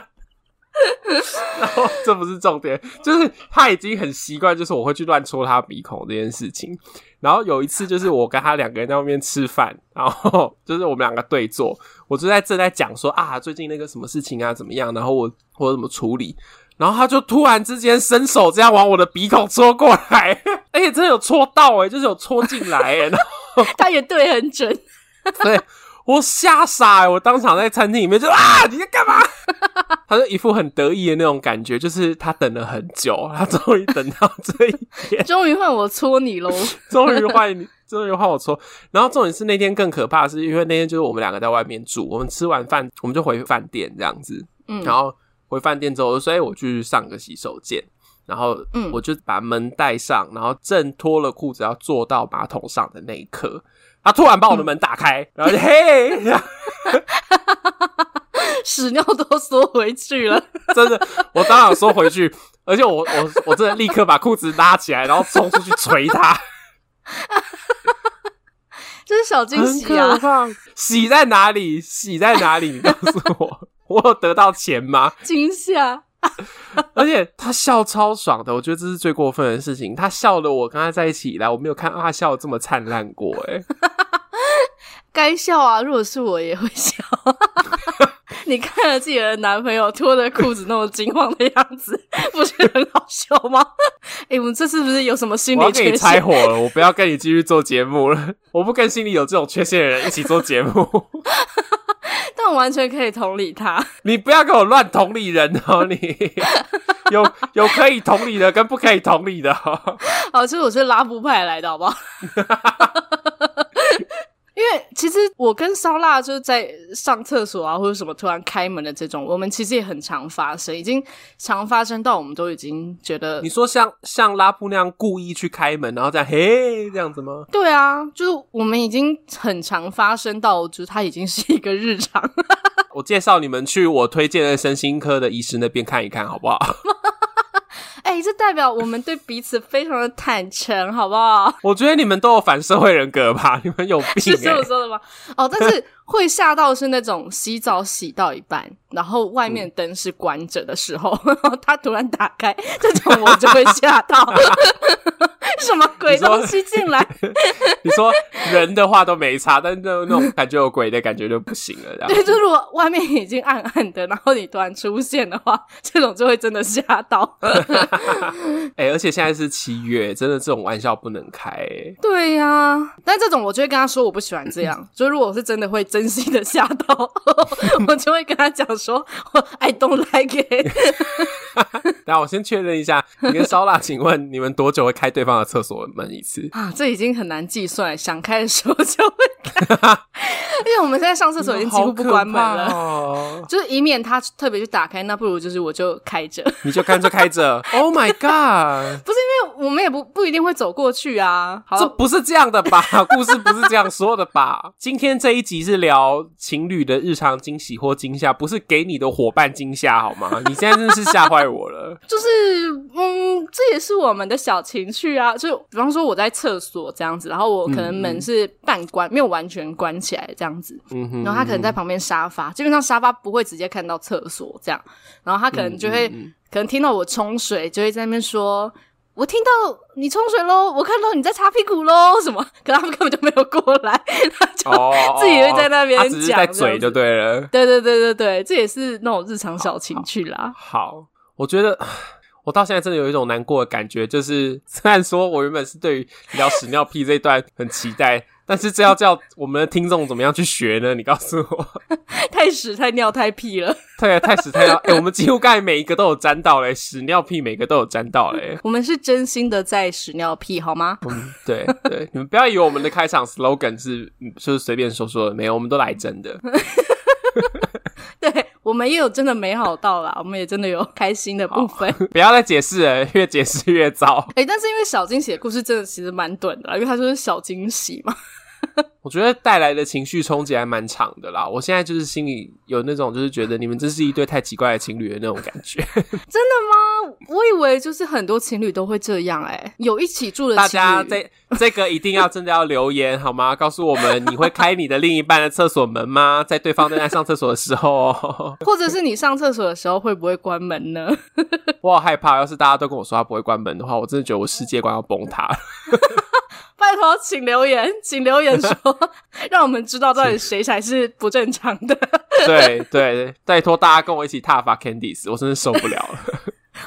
[SPEAKER 1] 然后这不是重点，就是他已经很习惯，就是我会去乱戳他鼻孔这件事情。然后有一次就是我跟他两个人在外面吃饭，然后就是我们两个对坐，我就正在讲说最近那个什么事情啊怎么样，然后我怎么处理，然后他就突然之间伸手这样往我的鼻孔戳过来，而且真的有戳到就是有戳进来然后
[SPEAKER 2] 他也对很准。
[SPEAKER 1] 对，我吓傻我当场在餐厅里面就啊你在干嘛？他就一副很得意的那种感觉，就是他等了很久，他终于等到这一天，
[SPEAKER 2] 终于换我戳你咯。
[SPEAKER 1] 终于换我戳。然后重点是那天更可怕的是，因为那天就是我们两个在外面住，我们吃完饭我们就回饭店这样子，然后回饭店之后，所以我去上个洗手间，然后我就把门带上，然后正脱了裤子要坐到马桶上的那一刻，他突然把我的门打开，然后就嘿
[SPEAKER 2] 屎尿都缩回去了。
[SPEAKER 1] 真的，我当场缩回去，而且我真的立刻把裤子拉起来，然后冲出去捶他。
[SPEAKER 2] 这是小惊喜啊！
[SPEAKER 1] 很可怕，喜在哪里？喜在哪里？你告诉我，我有得到钱吗？
[SPEAKER 2] 惊吓！
[SPEAKER 1] 而且他笑超爽的，我觉得这是最过分的事情。他笑了，我跟他在一起以来，我没有看到他笑得这么灿烂过。
[SPEAKER 2] 该笑啊！如果是我也会笑。你看了自己的男朋友脱着裤子那么惊慌的样子，不是很好笑吗？我们这是不是有什么心理缺陷？
[SPEAKER 1] 我要给你拆火了，我不要跟你继续做节目了。我不跟心里有这种缺陷的人一起做节目。
[SPEAKER 2] 但我完全可以同理他。
[SPEAKER 1] 你不要给我乱同理人哦，你有可以同理的跟不可以同理的哦。
[SPEAKER 2] 好，其实我是拉布派来的，好不好？因为其实我跟烧腊就是在上厕所啊，或者什么突然开门的这种，我们其实也很常发生，已经常发生到我们都已经觉得。
[SPEAKER 1] 你说像拉布那样故意去开门，然后这样嘿这样子吗？
[SPEAKER 2] 对啊，就是我们已经很常发生到，就是它已经是一个日常。
[SPEAKER 1] 我介绍你们去我推荐的身心科的医师那边看一看，好不好？
[SPEAKER 2] 这代表我们对彼此非常的坦诚，好不好？
[SPEAKER 1] 我觉得你们都有反社会人格吧？你们有病
[SPEAKER 2] 是这么说的吗？但是会吓到是那种洗澡洗到一半，然后外面灯是关着的时候，然后他突然打开，这种我就会吓到。什么鬼东西进来？
[SPEAKER 1] 你说人的话都没差，但是那种感觉有鬼的感觉就不行了。这样
[SPEAKER 2] 对，就如果外面已经暗暗的，然后你突然出现的话，这种就会真的吓到。
[SPEAKER 1] 而且现在是7月，真的这种玩笑不能开。
[SPEAKER 2] 对呀，但这种我就会跟他说我不喜欢这样。就如果我是真的会真心的吓到，我就会跟他讲说 I don't like it。 等
[SPEAKER 1] 我先确认一下，你跟烧腊请问你们多久会开对方的厕所门一次
[SPEAKER 2] 啊？这已经很难计算，想开的时候就会开。因为我们现在上厕所已经几乎不关门了，就是以免他特别去打开，那不如就是我就开着。
[SPEAKER 1] 你就干脆开着。Oh my god！
[SPEAKER 2] 不是因为我们也不一定会走过去啊。
[SPEAKER 1] 这不是这样的吧？故事不是这样说的吧？今天这一集是聊情侣的日常惊喜或惊吓，不是给你的伙伴惊吓好吗？你现在真的是吓坏我了。
[SPEAKER 2] 就是这也是我们的小情绪啊。就比方说我在厕所这样子，然后我可能门是半关，没有完全关起来这样子，然后他可能在旁边沙发，基本上沙发不会直接看到厕所这样，然后他可能就会可能听到我冲水，就会在那边说我听到你冲水咯，我看到你在擦屁股咯什么，可是他们根本就没有过来，他就自己会在那边讲，
[SPEAKER 1] 他只是在嘴就对了。
[SPEAKER 2] 对，这也是那种日常小情趣啦。
[SPEAKER 1] 好，我觉得我到现在真的有一种难过的感觉，就是虽然说我原本是对于聊屎尿屁这一段很期待，但是这要叫我们的听众怎么样去学呢？你告诉我。
[SPEAKER 2] 太屎太尿太屁了。
[SPEAKER 1] 对，太屎太尿。我们几乎刚才每一个都有沾到嘞，屎尿屁每个都有沾到嘞。
[SPEAKER 2] 我们是真心的在屎尿屁好吗？
[SPEAKER 1] 对，你们不要以为我们的开场 slogan 是就是随便说说的，没有，我们都来真的。
[SPEAKER 2] 对，我们也有真的美好到啦，我们也真的有开心的部分。
[SPEAKER 1] 不要再解释了，越解释越糟。
[SPEAKER 2] 但是因为小惊喜的故事真的其实蛮短的啦，因为它就是小惊喜嘛。
[SPEAKER 1] 我觉得带来的情绪冲击还蛮长的啦，我现在就是心里有那种就是觉得你们真是一对太奇怪的情侣的那种感觉。
[SPEAKER 2] 真的吗？我以为就是很多情侣都会这样有一起住的情侣。
[SPEAKER 1] 大家这个一定要真的要留言好吗？告诉我们你会开你的另一半的厕所门吗？在对方正在上厕所的时候
[SPEAKER 2] 或者是你上厕所的时候会不会关门呢？
[SPEAKER 1] 我好害怕，要是大家都跟我说他不会关门的话，我真的觉得我世界观要崩塌了。
[SPEAKER 2] 拜托请留言说让我们知道到底谁才是不正常的。
[SPEAKER 1] 对，拜托大家跟我一起挞伐 Candice， 我真的受不了了。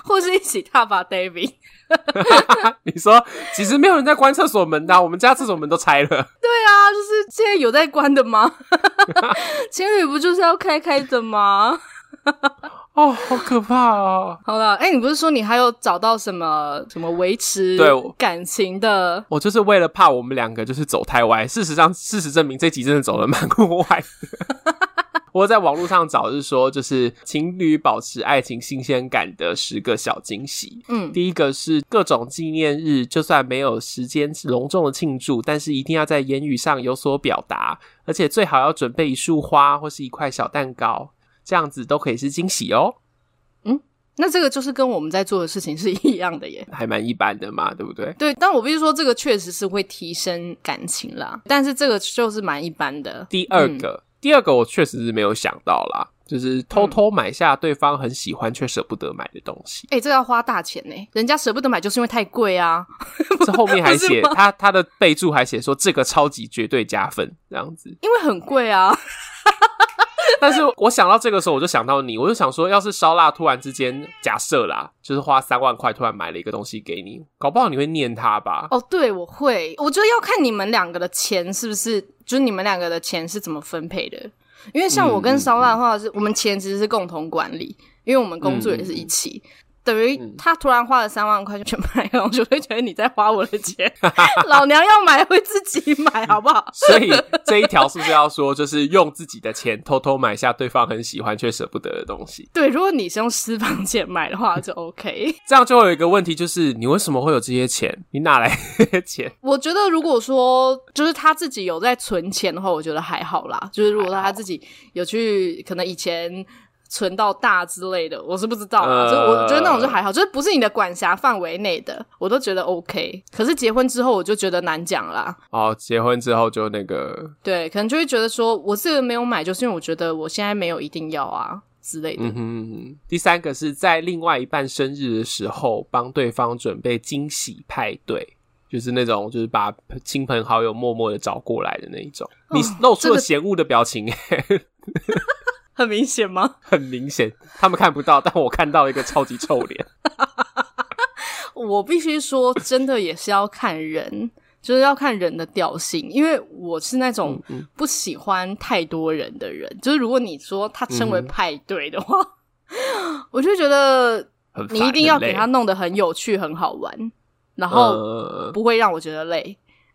[SPEAKER 2] 或是一起踏伐 David。
[SPEAKER 1] 你说其实没有人在关厕所门的我们家厕所门都拆了。对
[SPEAKER 2] 啊，就是现在有在关的吗？情侣不就是要开的吗？
[SPEAKER 1] 哦，好可怕哦。
[SPEAKER 2] 好了，你不是说你还有找到什么维持感情的？
[SPEAKER 1] 我就是为了怕我们两个就是走太歪，事实证明这集真的走得蛮歪的。我在网络上找是说，就是情侣保持爱情新鲜感的10个小惊喜。第一个是各种纪念日，就算没有时间隆重的庆祝，但是一定要在言语上有所表达，而且最好要准备一束花或是一块小蛋糕，这样子都可以是惊喜哦。
[SPEAKER 2] 那这个就是跟我们在做的事情是一样的耶，
[SPEAKER 1] 还蛮一般的嘛，对不对？
[SPEAKER 2] 对，但我必须说这个确实是会提升感情啦，但是这个就是蛮一般的。第
[SPEAKER 1] 二个我确实是没有想到啦，就是偷偷买下对方很喜欢却舍不得买的东西。
[SPEAKER 2] 这个要花大钱耶，人家舍不得买就是因为太贵啊。
[SPEAKER 1] 这后面还写他的备注还写说这个超级绝对加分这样子，
[SPEAKER 2] 因为很贵啊。
[SPEAKER 1] 但是我想到这个时候我就想到你，我就想说要是烧腊突然之间假设啦，就是花3万块突然买了一个东西给你，搞不好你会念他吧。
[SPEAKER 2] 对，我会，我觉得要看你们两个的钱是不是，就是你们两个的钱是怎么分配的。因为像我跟烧腊的话我们钱其实是共同管理，因为我们工作也是一起，等于他突然花了3万块就全买了，我就会觉得你在花我的钱。老娘要买会自己买好不好？
[SPEAKER 1] 所以这一条是不是要说就是用自己的钱偷偷买下对方很喜欢却舍不得的东西？
[SPEAKER 2] 对，如果你是用私房钱买的话就 OK。
[SPEAKER 1] 这样就会有一个问题，就是你为什么会有这些钱？你哪来这些钱？
[SPEAKER 2] 我觉得如果说就是他自己有在存钱的话，我觉得还好啦。就是如果他自己有去可能以前存到大之类的，我是不知道啦，就我觉得那种就还好，就是不是你的管辖范围内的，我都觉得 OK。可是结婚之后我就觉得难讲啦。
[SPEAKER 1] 结婚之后就那个，
[SPEAKER 2] 对，可能就会觉得说我这个没有买，就是因为我觉得我现在没有一定要啊之类的。
[SPEAKER 1] 第3个是在另外一半生日的时候帮对方准备惊喜派对，就是那种就是把亲朋好友默默的找过来的那一种。你露出了嫌恶的表情
[SPEAKER 2] 很明显吗？
[SPEAKER 1] 很明显，他们看不到，但我看到一个超级臭脸。
[SPEAKER 2] 我必须说真的也是要看人，就是要看人的调性，因为我是那种不喜欢太多人的人，就是如果你说他称为派对的话，我就觉得你一定要给他弄得很有趣很好玩，然后不会让我觉得累。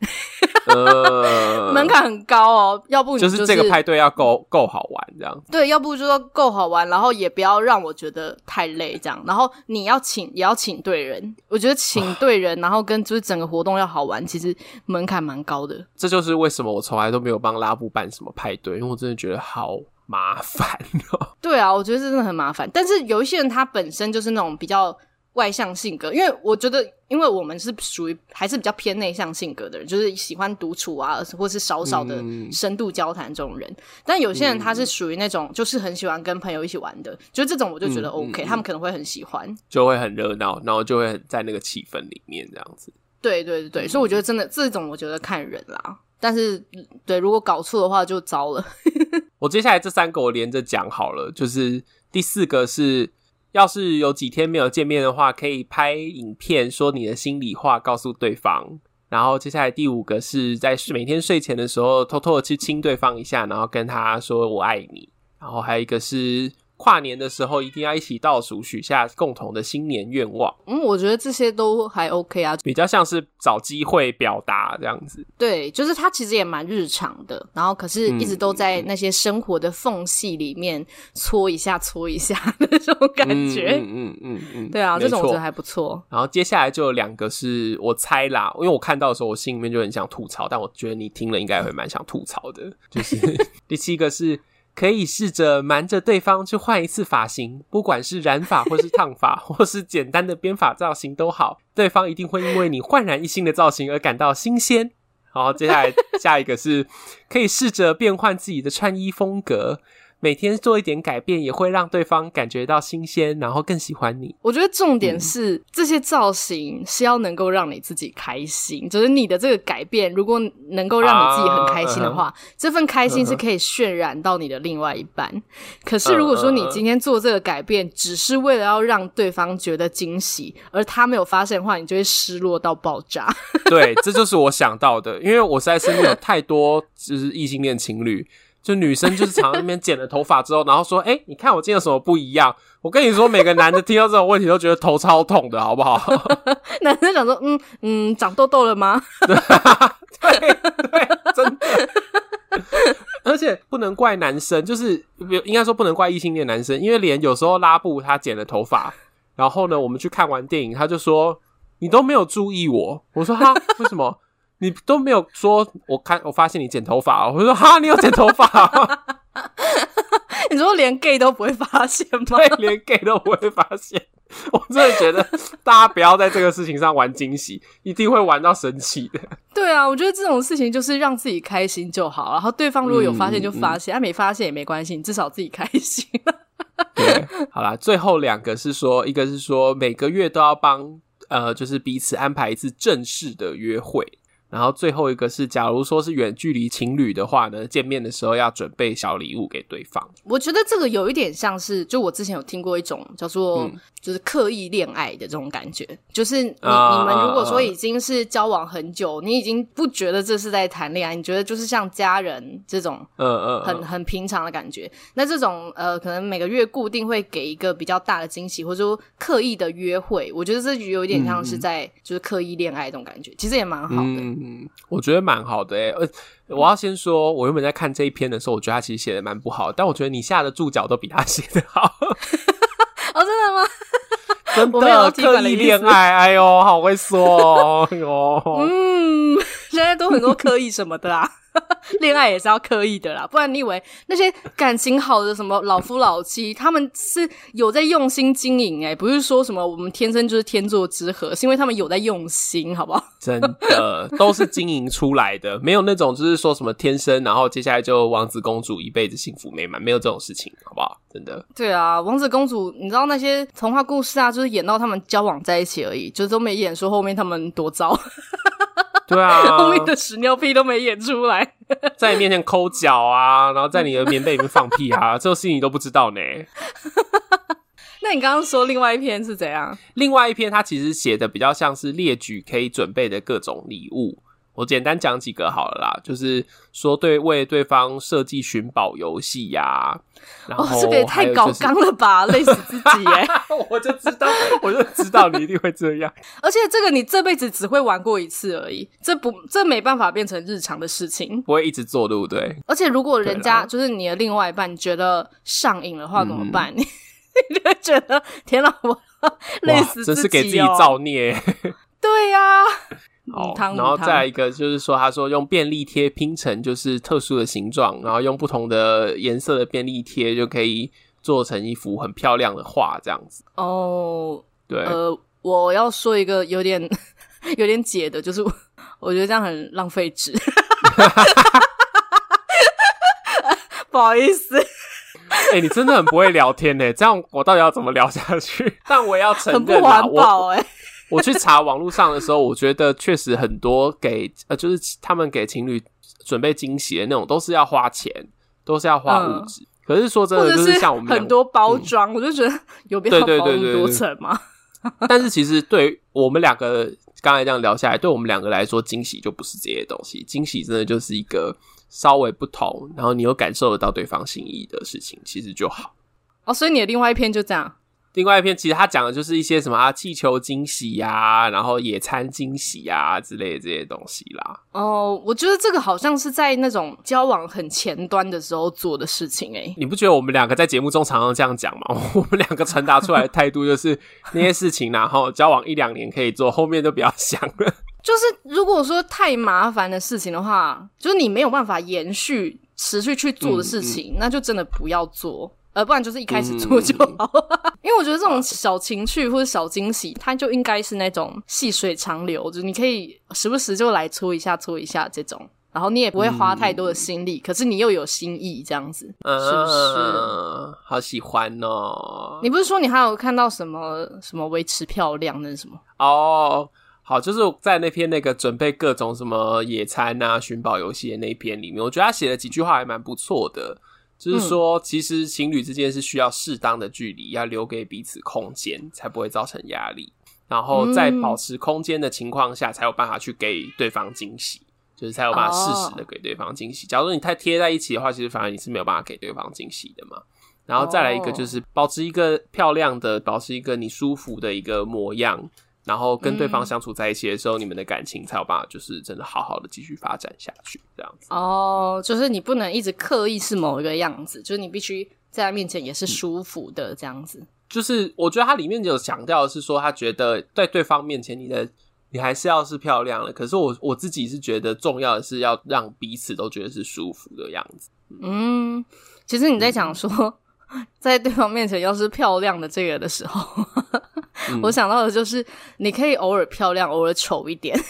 [SPEAKER 2] 门槛很高哦，要不你
[SPEAKER 1] 就是这个派对要够好玩这样。
[SPEAKER 2] 对，要不就说够好玩，然后也不要让我觉得太累这样，然后你也要请对人。我觉得请对人然后跟就是整个活动要好玩，其实门槛蛮高的。
[SPEAKER 1] 这就是为什么我从来都没有帮拉布办什么派对，因为我真的觉得好麻烦哦。
[SPEAKER 2] 对啊，我觉得这真的很麻烦。但是有一些人他本身就是那种比较外向性格，因为我觉得因为我们是属于还是比较偏内向性格的人，就是喜欢独处啊或是少的深度交谈这种人。但有些人他是属于那种就是很喜欢跟朋友一起玩的，就这种我就觉得 OK，他们可能会很喜欢，
[SPEAKER 1] 就会很热闹，然后就会在那个气氛里面这样子。
[SPEAKER 2] 对对对，所以我觉得真的这种我觉得看人啦，但是对如果搞错的话就糟了。
[SPEAKER 1] 我接下来这3个我连着讲好了，就是第4个是要是有几天没有见面的话，可以拍影片说你的心里话告诉对方。然后接下来第5个是在每天睡前的时候偷偷的去亲对方一下，然后跟他说我爱你。然后还有一个是跨年的时候一定要一起倒数许下共同的新年愿望。
[SPEAKER 2] 我觉得这些都还 OK 啊，
[SPEAKER 1] 比较像是找机会表达这样子。
[SPEAKER 2] 对，就是它其实也蛮日常的，然后可是一直都在那些生活的缝隙里面搓一下那种感觉。对啊，这种我觉得还不错。然
[SPEAKER 1] 后接下来就有2个是我猜啦，因为我看到的时候我心里面就很想吐槽，但我觉得你听了应该会蛮想吐槽的。就是第7个是可以试着瞒着对方去换一次发型，不管是染发或是烫发或是简单的编发造型都好，对方一定会因为你焕然一新的造型而感到新鲜。然后接下来下一个是可以试着变换自己的穿衣风格， 每天做一点改变也会让对方感觉到新鲜，然后更喜欢你。
[SPEAKER 2] 我觉得重点是、这些造型是要能够让你自己开心，就是你的这个改变如果能够让你自己很开心的话，这份开心是可以渲染到你的另外一半。可是如果说你今天做这个改变只是为了要让对方觉得惊喜，而他没有发现的话，你就会失落到爆炸。
[SPEAKER 1] 对，这就是我想到的，因为我实在身边有太多就是异性恋情侣，就女生就是常在那边剪了头发之后，然后说你看我今天有什么不一样。我跟你说，每个男的听到这种问题都觉得头超痛的，好不好？
[SPEAKER 2] 男生想说长痘痘了吗？
[SPEAKER 1] 对，真的。而且不能怪男生，就是应该说不能怪异性恋男生，因为连有时候拉布他剪了头发，然后呢我们去看完电影，他就说你都没有注意我。我说哈，为什么？你都没有说我发现你剪头发。我说哈，你有剪头发。
[SPEAKER 2] 你说连 gay 都不会发现吗？
[SPEAKER 1] 对，连 gay 都不会发现。我真的觉得大家不要在这个事情上玩惊喜，一定会玩到生气的。
[SPEAKER 2] 对啊，我觉得这种事情就是让自己开心就好，然后对方如果有发现就发现，他没发现也没关系，你至少自己开心。
[SPEAKER 1] 对，好啦，最后两个是说，一个是说每个月都要帮就是彼此安排一次正式的约会。然后最后一个是假如说是远距离情侣的话呢，见面的时候要准备小礼物给对方。
[SPEAKER 2] 我觉得这个有一点像是，就我之前有听过一种叫做就是刻意恋爱的这种感觉，就是你们如果说已经是交往很久，你已经不觉得这是在谈恋爱，你觉得就是像家人这种很平常的感觉。那这种可能每个月固定会给一个比较大的惊喜，或者说刻意的约会，我觉得这有一点像是在就是刻意恋爱这种感觉，其实也蛮好的。
[SPEAKER 1] 我觉得蛮好的我要先说，我原本在看这一篇的时候，我觉得他其实写的蛮不好的，但我觉得你下的注脚都比他写的好。
[SPEAKER 2] 哦，真的吗？
[SPEAKER 1] 真的刻意恋爱，哎呦，好会说哦，哎呦，
[SPEAKER 2] 现在都很多刻意什么的啦。恋爱也是要刻意的啦，不然你以为那些感情好的什么老夫老妻，他们是有在用心经营不是说什么我们天生就是天作之合，是因为他们有在用心，好不好？
[SPEAKER 1] 真的都是经营出来的，没有那种就是说什么天生然后接下来就王子公主一辈子幸福美满，没有这种事情，好不好？真的。
[SPEAKER 2] 对啊，王子公主你知道那些童话故事啊，就是演到他们交往在一起而已，就都没演说后面他们多糟。
[SPEAKER 1] 对啊，
[SPEAKER 2] 后面的屎尿屁都没演出来，
[SPEAKER 1] 在你面前抠脚啊，然后在你的棉被里面放屁啊，这种事情你都不知道呢。
[SPEAKER 2] 那你刚刚说另外一篇是怎样？
[SPEAKER 1] 另外一篇它其实写的比较像是列举可以准备的各种礼物，我简单讲几个好了啦，就是说为对方设计寻宝游戏呀，然后
[SPEAKER 2] 这个也太搞纲了吧，累死自己
[SPEAKER 1] 我就知道你一定会这样。
[SPEAKER 2] 而且这个你这辈子只会玩过一次而已，这没办法变成日常的事情，
[SPEAKER 1] 不会一直做，对不对？
[SPEAKER 2] 而且如果人家就是你的另外一半觉得上瘾的话怎么办？你就会觉得天哪，我累死自己
[SPEAKER 1] 真是给自己造孽。
[SPEAKER 2] 对啊。
[SPEAKER 1] 好，然后再来一个就是说，他说用便利贴拼成就是特殊的形状，然后用不同的颜色的便利贴就可以做成一幅很漂亮的画，这样子。对，
[SPEAKER 2] 我要说一个有点解的，就是我觉得这样很浪费纸。不好意思。
[SPEAKER 1] 你真的很不会聊天这样我到底要怎么聊下去？但我也要承认
[SPEAKER 2] 很不环保
[SPEAKER 1] 我去查网络上的时候，我觉得确实很多就是他们给情侣准备惊喜的那种，都是要花钱，都是要花物质。可是说真的，就是像我们
[SPEAKER 2] 很多包装，我就觉得有必要包那么多层吗？
[SPEAKER 1] 但是其实对我们两个刚才这样聊下来，对我们两个来说，惊喜就不是这些东西。惊喜真的就是一个稍微不同，然后你有感受得到对方心意的事情，其实就好。
[SPEAKER 2] 所以你的另外一篇就这样。
[SPEAKER 1] 另外一篇其实他讲的就是一些什么气球惊喜啊，然后野餐惊喜啊之类的这些东西啦。
[SPEAKER 2] 我觉得这个好像是在那种交往很前端的时候做的事情你
[SPEAKER 1] 不觉得我们两个在节目中常常这样讲吗？我们两个传达出来的态度就是那些事情然后交往1-2年可以做，后面都不要想了。
[SPEAKER 2] 就是如果说太麻烦的事情的话，就是你没有办法持续去做的事情，那就真的不要做。不然就是一开始做就好。因为我觉得这种小情趣或者小惊喜，它就应该是那种细水长流，就是你可以时不时就来搓一下这种， 然后你也不会花太多的心力，可是你又有心意这样子，是不是？
[SPEAKER 1] 好喜欢哦！
[SPEAKER 2] 你不是说你还有看到什么维持漂亮那是什么？
[SPEAKER 1] 哦，好，就是在那篇那个准备各种什么野餐啊、寻宝游戏的那一篇里面，我觉得他写了几句话还蛮不错的，就是说，其实情侣之间是需要适当的距离，要留给彼此空间，才不会造成压力。然后在保持空间的情况下，才有办法去给对方惊喜。就是才有办法适时的给对方惊喜。假如你太贴在一起的话，其实反而你是没有办法给对方惊喜的嘛。然后再来一个就是保持一个漂亮的，保持一个你舒服的一个模样，然后跟对方相处在一起的时候，你们的感情才有办法就是真的好好的继续发展下去这样子。
[SPEAKER 2] 就是你不能一直刻意是某一个样子，就是你必须在他面前也是舒服的这样子。
[SPEAKER 1] 就是我觉得他里面有强调的是说，他觉得在对方面前你还是要是漂亮的，可是我自己是觉得重要的是要让彼此都觉得是舒服的样子。
[SPEAKER 2] 其实你在讲说在对方面前要是漂亮的这个的时候我想到的就是你可以偶尔漂亮偶尔丑一点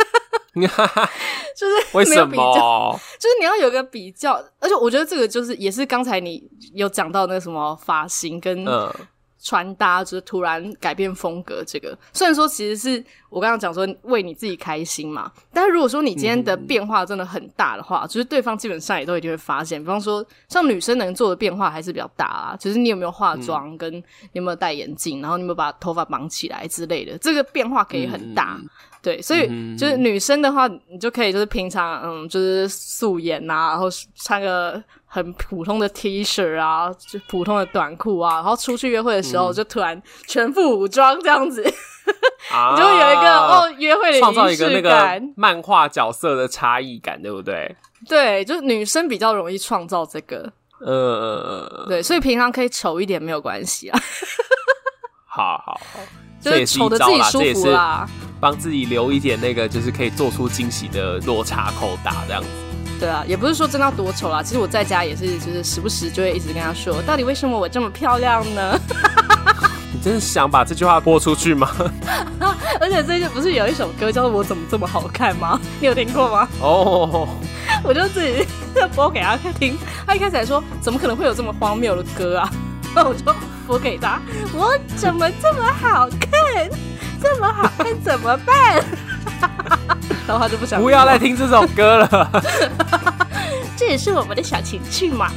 [SPEAKER 2] 就是
[SPEAKER 1] 为什么？
[SPEAKER 2] 就是你要有个比较，而且我觉得这个就是也是刚才你有讲到那个什么发型跟穿搭，就是突然改变风格。这个虽然说其实是我刚刚讲说为你自己开心嘛，但是如果说你今天的变化真的很大的话，就是对方基本上也都一定会发现。比方说像女生能做的变化还是比较大啊，就是你有没有化妆，跟你有没有戴眼镜，然后你有没有把头发绑起来之类的，这个变化可以很大。对，所以就是女生的话，你就可以就是平常就是素颜啊，然后穿个很普通的 T 恤啊，就普通的短裤啊，然后出去约会的时候就突然全副武装这样子你就会有一个约会的仪式感，
[SPEAKER 1] 创造一个那个漫画角色的差异感，对不对？
[SPEAKER 2] 对，就是女生比较容易创造这个对，所以平常可以丑一点没有关系啊
[SPEAKER 1] 好
[SPEAKER 2] 就是丑的自己舒服啦，
[SPEAKER 1] 帮自己留一点那个就是可以做出惊喜的落差扣打这样子。
[SPEAKER 2] 对啊，也不是说真的要多丑啦，其实我在家也是就是时不时就会一直跟他说，到底为什么我这么漂亮呢
[SPEAKER 1] 你真的想把这句话播出去吗
[SPEAKER 2] 而且最近不是有一首歌叫做我怎么这么好看吗？你有听过吗？我就自己播给他听，他一开始还说怎么可能会有这么荒谬的歌啊，然后我就播给他，我怎么这么好看，这么好看怎么办然后他就不想
[SPEAKER 1] 不要再听这首歌了
[SPEAKER 2] 这也是我们的小情趣嘛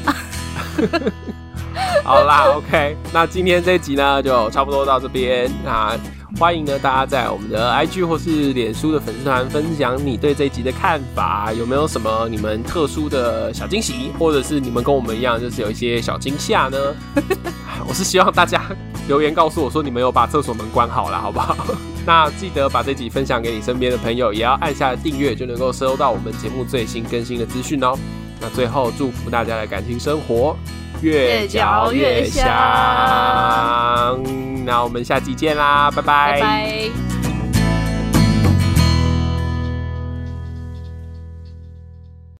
[SPEAKER 1] 好啦 OK， 那今天这一集呢就差不多到这边。那欢迎呢大家在我们的 IG 或是脸书的粉丝团分享你对这一集的看法，有没有什么你们特殊的小惊喜，或者是你们跟我们一样就是有一些小惊吓呢我是希望大家留言告诉我说你们有把厕所门关好了好不好那记得把这集分享给你身边的朋友，也要按下订阅就能够收到我们节目最新更新的资讯哦。那最后祝福大家的感情生活越嚼越香，那我们下集见啦，拜拜。
[SPEAKER 2] 拜拜。